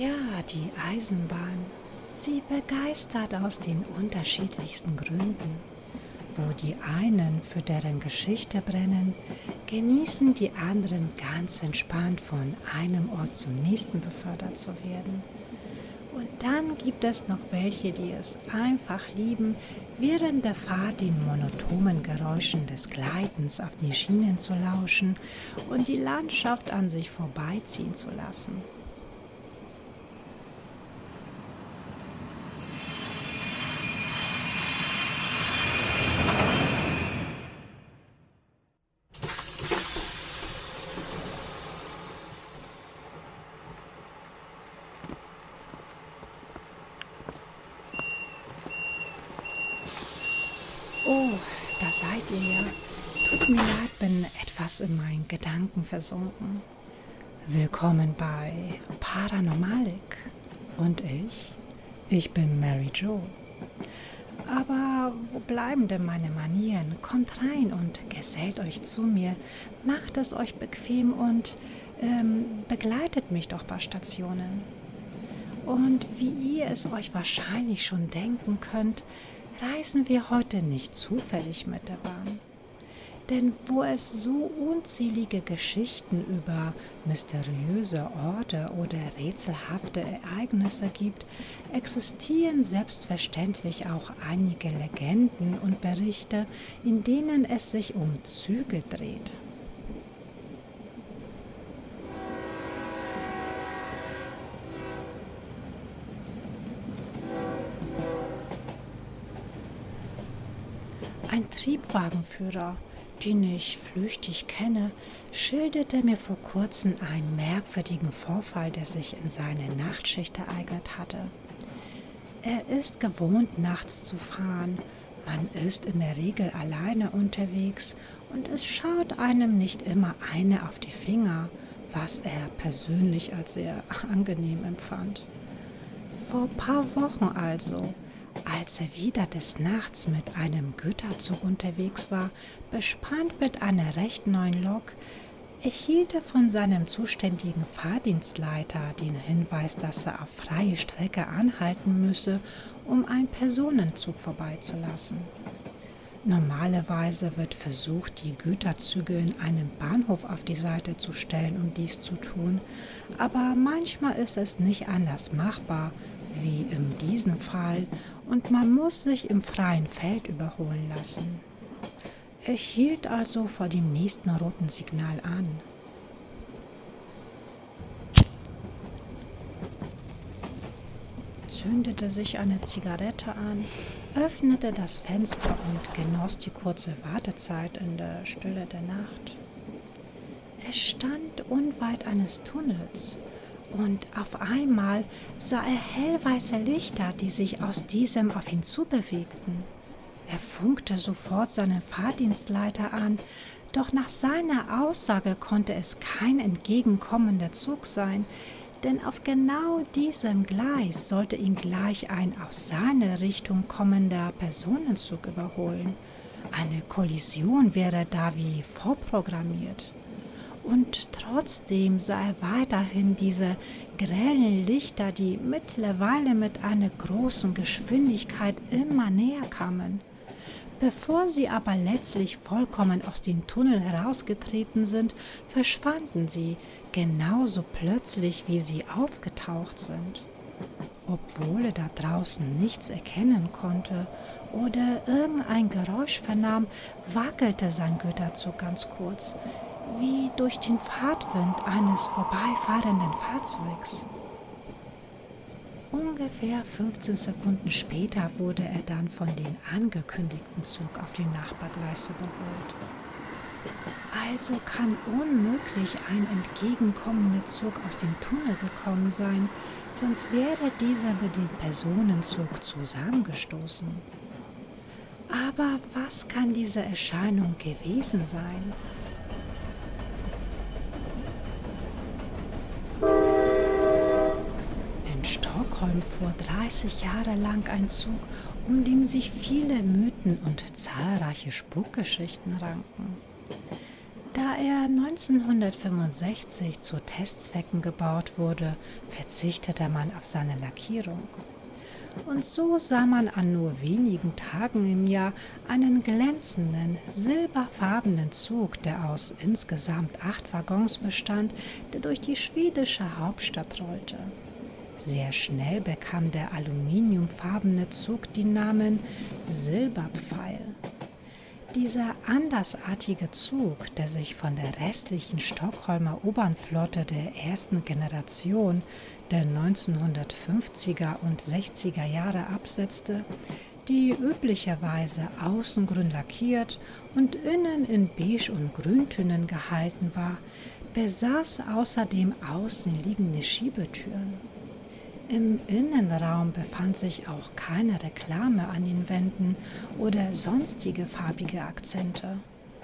Ja, die Eisenbahn. Sie begeistert aus den unterschiedlichsten Gründen. Wo die einen für deren Geschichte brennen, genießen die anderen ganz entspannt von einem Ort zum nächsten befördert zu werden. Und dann gibt es noch welche, die es einfach lieben, während der Fahrt den monotonen Geräuschen des Gleitens auf die Schienen zu lauschen und die Landschaft an sich vorbeiziehen zu lassen. Oh, da seid ihr ja. Tut mir leid, bin etwas in meinen Gedanken versunken. Willkommen bei Paranormalik. Und ich bin Mary Jo. Aber wo bleiben denn meine Manieren? Kommt rein und gesellt euch zu mir. Macht es euch bequem und begleitet mich doch bei Stationen. Und wie ihr es euch wahrscheinlich schon denken könnt, reisen wir heute nicht zufällig mit der Bahn. Denn wo es so unzählige Geschichten über mysteriöse Orte oder rätselhafte Ereignisse gibt, existieren selbstverständlich auch einige Legenden und Berichte, in denen es sich um Züge dreht. Ein Triebwagenführer, den ich flüchtig kenne, schilderte mir vor kurzem einen merkwürdigen Vorfall, der sich in seiner Nachtschicht ereignet hatte. Er ist gewohnt, nachts zu fahren. Man ist in der Regel alleine unterwegs und es schaut einem nicht immer einer auf die Finger, was er persönlich als sehr angenehm empfand. Vor ein paar Wochen also, als er wieder des Nachts mit einem Güterzug unterwegs war, bespannt mit einer recht neuen Lok, erhielt er von seinem zuständigen Fahrdienstleiter den Hinweis, dass er auf freie Strecke anhalten müsse, um einen Personenzug vorbeizulassen. Normalerweise wird versucht, die Güterzüge in einem Bahnhof auf die Seite zu stellen, um dies zu tun, aber manchmal ist es nicht anders machbar, wie in diesem Fall, und man muss sich im freien Feld überholen lassen. Er hielt also vor dem nächsten roten Signal an. Zündete sich eine Zigarette an, öffnete das Fenster und genoss die kurze Wartezeit in der Stille der Nacht. Er stand unweit eines Tunnels und auf einmal sah er hellweiße Lichter, die sich aus diesem auf ihn zubewegten. Er funkte sofort seinen Fahrdienstleiter an, doch nach seiner Aussage konnte es kein entgegenkommender Zug sein, denn auf genau diesem Gleis sollte ihn gleich ein aus seiner Richtung kommender Personenzug überholen. Eine Kollision wäre da wie vorprogrammiert. Und trotzdem sah er weiterhin diese grellen Lichter, die mittlerweile mit einer großen Geschwindigkeit immer näher kamen. Bevor sie aber letztlich vollkommen aus dem Tunnel herausgetreten sind, verschwanden sie, genauso plötzlich, wie sie aufgetaucht sind. Obwohl er da draußen nichts erkennen konnte oder irgendein Geräusch vernahm, wackelte sein Güterzug ganz kurz, wie durch den Fahrtwind eines vorbeifahrenden Fahrzeugs. Ungefähr 15 Sekunden später wurde er dann von dem angekündigten Zug auf dem Nachbargleis überholt. Also kann unmöglich ein entgegenkommender Zug aus dem Tunnel gekommen sein, sonst wäre dieser mit dem Personenzug zusammengestoßen. Aber was kann diese Erscheinung gewesen sein? In Stockholm fuhr 30 Jahre lang ein Zug, um den sich viele Mythen und zahlreiche Spukgeschichten ranken. Da er 1965 zu Testzwecken gebaut wurde, verzichtete man auf seine Lackierung. Und so sah man an nur wenigen Tagen im Jahr einen glänzenden, silberfarbenen Zug, der aus insgesamt 8 Waggons bestand, der durch die schwedische Hauptstadt rollte. Sehr schnell bekam der aluminiumfarbene Zug den Namen Silberpfeil. Dieser andersartige Zug, der sich von der restlichen Stockholmer U-Bahn-Flotte der ersten Generation der 1950er und 60er Jahre absetzte, die üblicherweise außen grün lackiert und innen in Beige- und Grüntönen gehalten war, besaß außerdem außen liegende Schiebetüren. Im Innenraum befand sich auch keine Reklame an den Wänden oder sonstige farbige Akzente.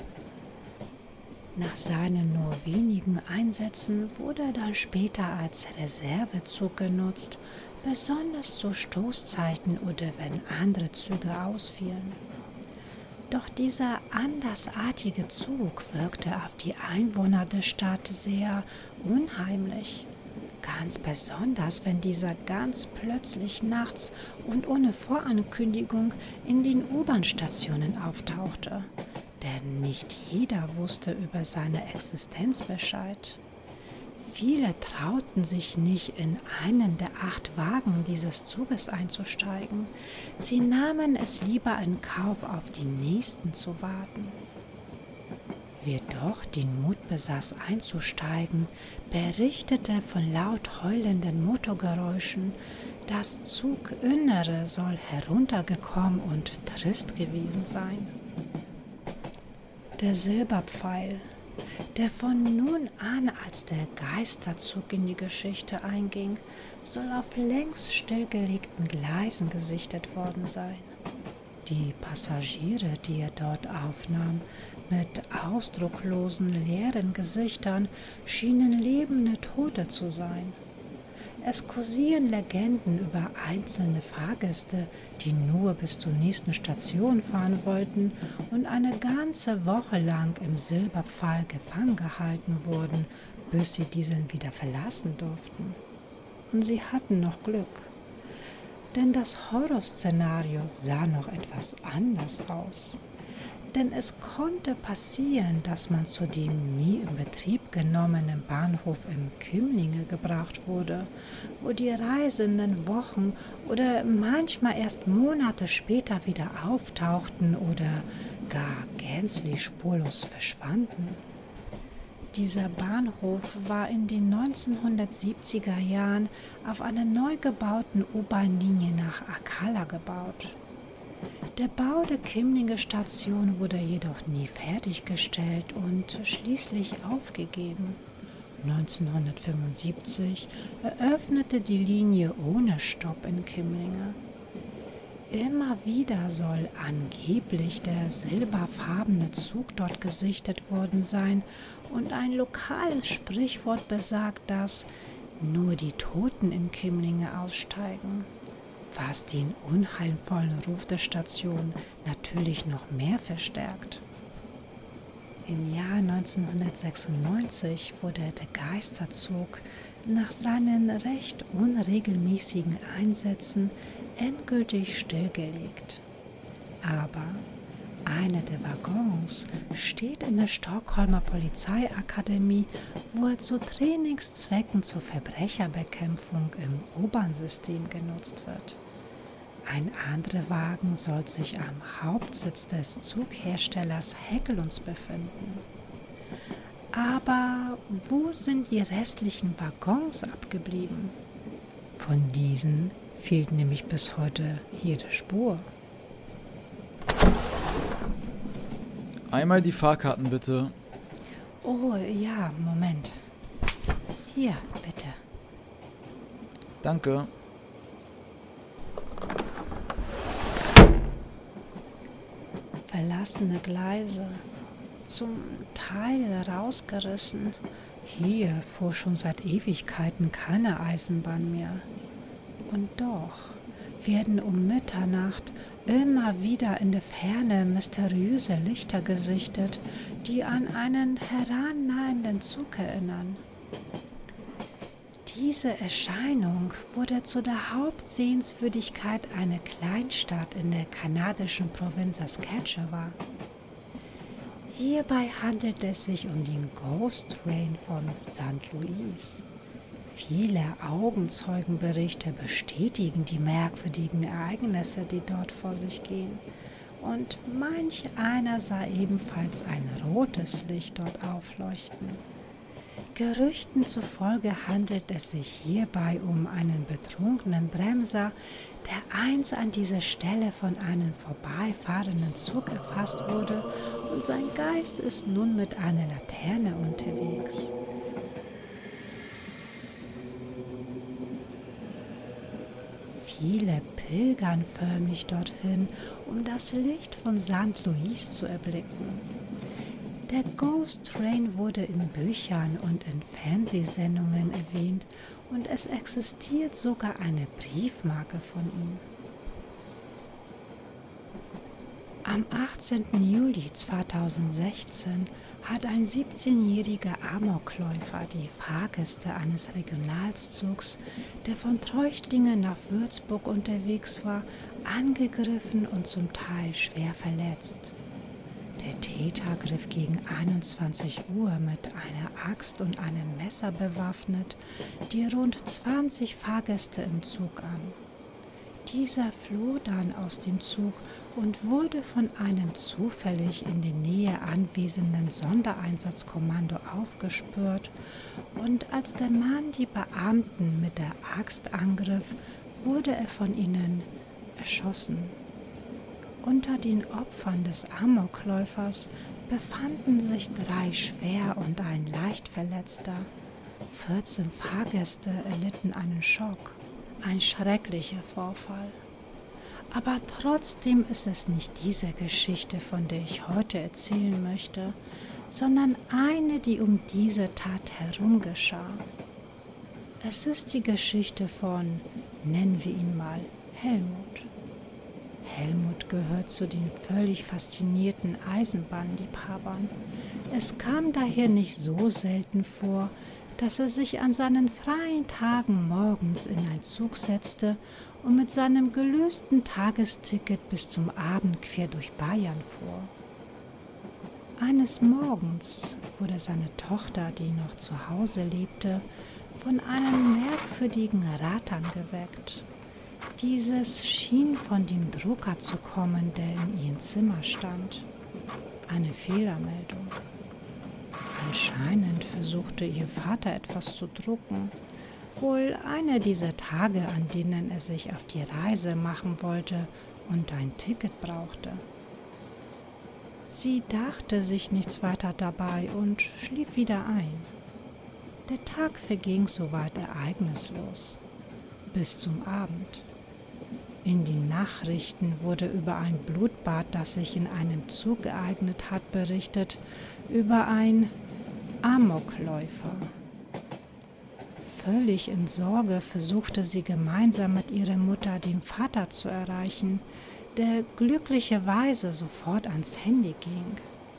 Nach seinen nur wenigen Einsätzen wurde er dann später als Reservezug genutzt, besonders zu Stoßzeiten oder wenn andere Züge ausfielen. Doch dieser andersartige Zug wirkte auf die Einwohner der Stadt sehr unheimlich. Ganz besonders, wenn dieser ganz plötzlich nachts und ohne Vorankündigung in den U-Bahn-Stationen auftauchte. Denn nicht jeder wusste über seine Existenz Bescheid. Viele trauten sich nicht, in einen der 8 Wagen dieses Zuges einzusteigen. Sie nahmen es lieber in Kauf, auf die nächsten zu warten. Wer doch den Mut besaß einzusteigen, berichtete von laut heulenden Motorgeräuschen. Das Zuginnere soll heruntergekommen und trist gewesen sein. Der Silberpfeil, der von nun an als der Geisterzug in die Geschichte einging, soll auf längst stillgelegten Gleisen gesichtet worden sein. Die Passagiere, die er dort aufnahm, mit ausdrucklosen, leeren Gesichtern, schienen lebende Tote zu sein. Es kursieren Legenden über einzelne Fahrgäste, die nur bis zur nächsten Station fahren wollten und eine ganze Woche lang im Silberpfeil gefangen gehalten wurden, bis sie diesen wieder verlassen durften. Und sie hatten noch Glück. Denn das Horrorszenario sah noch etwas anders aus. Denn es konnte passieren, dass man zu dem nie in Betrieb genommenen Bahnhof in Kimlinge gebracht wurde, wo die Reisenden Wochen oder manchmal erst Monate später wieder auftauchten oder gar gänzlich spurlos verschwanden. Dieser Bahnhof war in den 1970er Jahren auf einer neu gebauten U-Bahn-Linie nach Akalla gebaut. Der Bau der Kimlinge Station wurde jedoch nie fertiggestellt und schließlich aufgegeben. 1975 eröffnete die Linie ohne Stopp in Kimlinge. Immer wieder soll angeblich der silberfarbene Zug dort gesichtet worden sein und ein lokales Sprichwort besagt, dass nur die Toten in Kimlinge aussteigen, was den unheilvollen Ruf der Station natürlich noch mehr verstärkt. Im Jahr 1996 wurde der Geisterzug nach seinen recht unregelmäßigen Einsätzen endgültig stillgelegt. Aber einer der Waggons steht in der Stockholmer Polizeiakademie, wo er zu Trainingszwecken zur Verbrecherbekämpfung im U-Bahn-System genutzt wird. Ein anderer Wagen soll sich am Hauptsitz des Zugherstellers Hägglunds befinden. Aber wo sind die restlichen Waggons abgeblieben? Von diesen fehlt nämlich bis heute jede Spur. Einmal die Fahrkarten bitte. Oh ja, Moment. Hier, bitte. Danke. Verlassene Gleise, zum Teil rausgerissen. Hier fuhr schon seit Ewigkeiten keine Eisenbahn mehr. Und doch, werden um Mitternacht immer wieder in der Ferne mysteriöse Lichter gesichtet, die an einen herannahenden Zug erinnern. Diese Erscheinung wurde zu der Hauptsehenswürdigkeit einer Kleinstadt in der kanadischen Provinz Saskatchewan. Hierbei handelt es sich um den Ghost Train von St. Louis. Viele Augenzeugenberichte bestätigen die merkwürdigen Ereignisse, die dort vor sich gehen. Und manch einer sah ebenfalls ein rotes Licht dort aufleuchten. Gerüchten zufolge handelt es sich hierbei um einen betrunkenen Bremser, der einst an dieser Stelle von einem vorbeifahrenden Zug erfasst wurde, und sein Geist ist nun mit einer Laterne unterwegs. Viele pilgern förmlich dorthin, um das Licht von St. Louis zu erblicken. Der Ghost Train wurde in Büchern und in Fernsehsendungen erwähnt und es existiert sogar eine Briefmarke von ihm. Am 18. Juli 2016 hat ein 17-jähriger Amokläufer die Fahrgäste eines Regionalzugs, der von Treuchtlingen nach Würzburg unterwegs war, angegriffen und zum Teil schwer verletzt. Der Täter griff gegen 21 Uhr mit einer Axt und einem Messer bewaffnet die rund 20 Fahrgäste im Zug an. Dieser floh dann aus dem Zug und wurde von einem zufällig in der Nähe anwesenden Sondereinsatzkommando aufgespürt, und als der Mann die Beamten mit der Axt angriff, wurde er von ihnen erschossen. Unter den Opfern des Amokläufers befanden sich 3 schwer und ein leicht Verletzter. 14 Fahrgäste erlitten einen Schock. Ein schrecklicher Vorfall. Aber trotzdem ist es nicht diese Geschichte, von der ich heute erzählen möchte, sondern eine, die um diese Tat herum geschah. Es ist die Geschichte von, nennen wir ihn mal, Helmut. Helmut gehört zu den völlig faszinierten Eisenbahnliebhabern. Es kam daher nicht so selten vor, dass er sich an seinen freien Tagen morgens in einen Zug setzte und mit seinem gelösten Tagesticket bis zum Abend quer durch Bayern fuhr. Eines Morgens wurde seine Tochter, die noch zu Hause lebte, von einem merkwürdigen Rattern geweckt. Dieses schien von dem Drucker zu kommen, der in ihrem Zimmer stand. Eine Fehlermeldung. Anscheinend versuchte ihr Vater etwas zu drucken. Wohl einer dieser Tage, an denen er sich auf die Reise machen wollte und ein Ticket brauchte. Sie dachte sich nichts weiter dabei und schlief wieder ein. Der Tag verging soweit ereignislos. Bis zum Abend. In den Nachrichten wurde über ein Blutbad, das sich in einem Zug ereignet hat, berichtet, über ein Amokläufer. Völlig in Sorge versuchte sie gemeinsam mit ihrer Mutter den Vater zu erreichen, der glücklicherweise sofort ans Handy ging.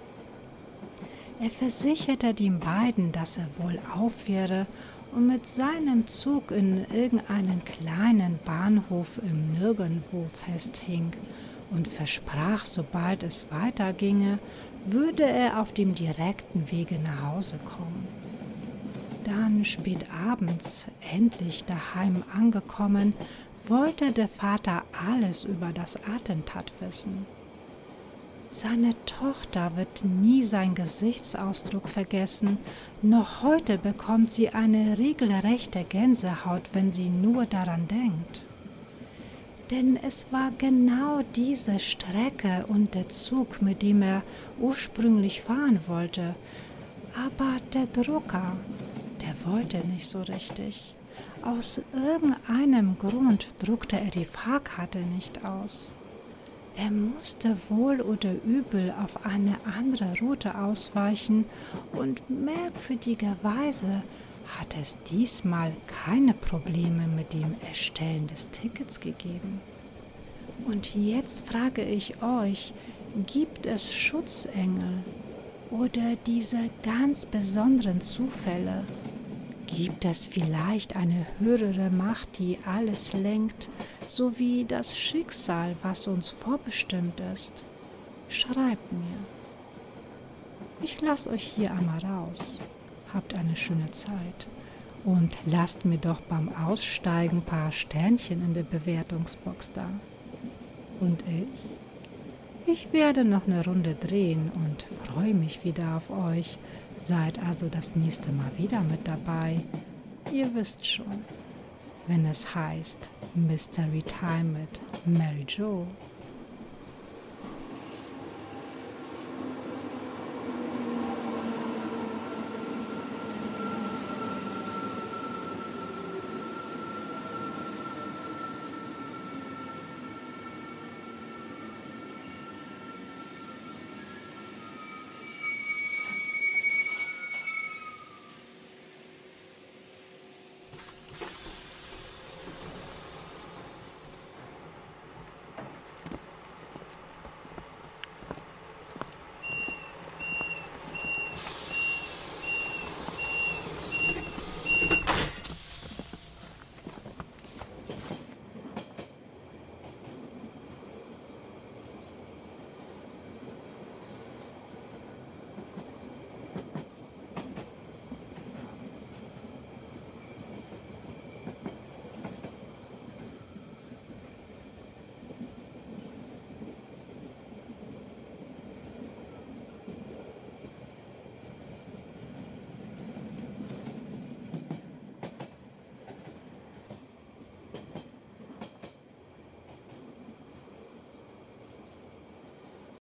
Er versicherte den beiden, dass er wohl auf wäre und mit seinem Zug in irgendeinen kleinen Bahnhof im Nirgendwo festhing und versprach, sobald es weiterginge, würde er auf dem direkten Wege nach Hause kommen. Dann spät abends, endlich daheim angekommen, wollte der Vater alles über das Attentat wissen. Seine Tochter wird nie seinen Gesichtsausdruck vergessen, noch heute bekommt sie eine regelrechte Gänsehaut, wenn sie nur daran denkt. Denn es war genau diese Strecke und der Zug, mit dem er ursprünglich fahren wollte. Aber der Drucker, der wollte nicht so richtig. Aus irgendeinem Grund druckte er die Fahrkarte nicht aus. Er musste wohl oder übel auf eine andere Route ausweichen und merkwürdigerweise hat es diesmal keine Probleme mit dem Erstellen des Tickets gegeben. Und jetzt frage ich euch, gibt es Schutzengel oder diese ganz besonderen Zufälle? Gibt es vielleicht eine höhere Macht, die alles lenkt, sowie das Schicksal, was uns vorbestimmt ist? Schreibt mir. Ich lasse euch hier einmal raus. Habt eine schöne Zeit. Und lasst mir doch beim Aussteigen ein paar Sternchen in der Bewertungsbox da. Und ich werde noch eine Runde drehen und freue mich wieder auf euch. Seid also das nächste Mal wieder mit dabei. Ihr wisst schon, wenn es heißt Mystery Time mit Mary Jo.